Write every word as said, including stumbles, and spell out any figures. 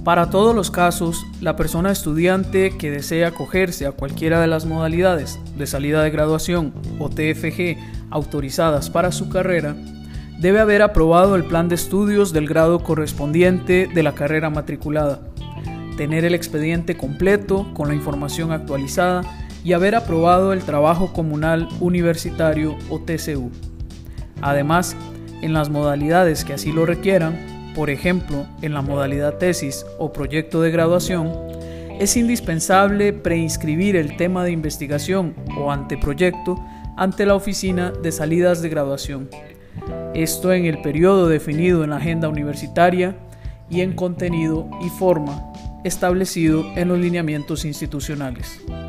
Para todos los casos, la persona estudiante que desea acogerse a cualquiera de las modalidades de salida de graduación o T F G autorizadas para su carrera, debe haber aprobado el plan de estudios del grado correspondiente de la carrera matriculada, tener el expediente completo con la información actualizada y haber aprobado el trabajo comunal universitario o T C U. Además, en las modalidades que así lo requieran, por ejemplo, en la modalidad tesis o proyecto de graduación, es indispensable preinscribir el tema de investigación o anteproyecto ante la oficina de salidas de graduación. Esto en el periodo definido en la agenda universitaria y en contenido y forma establecido en los lineamientos institucionales.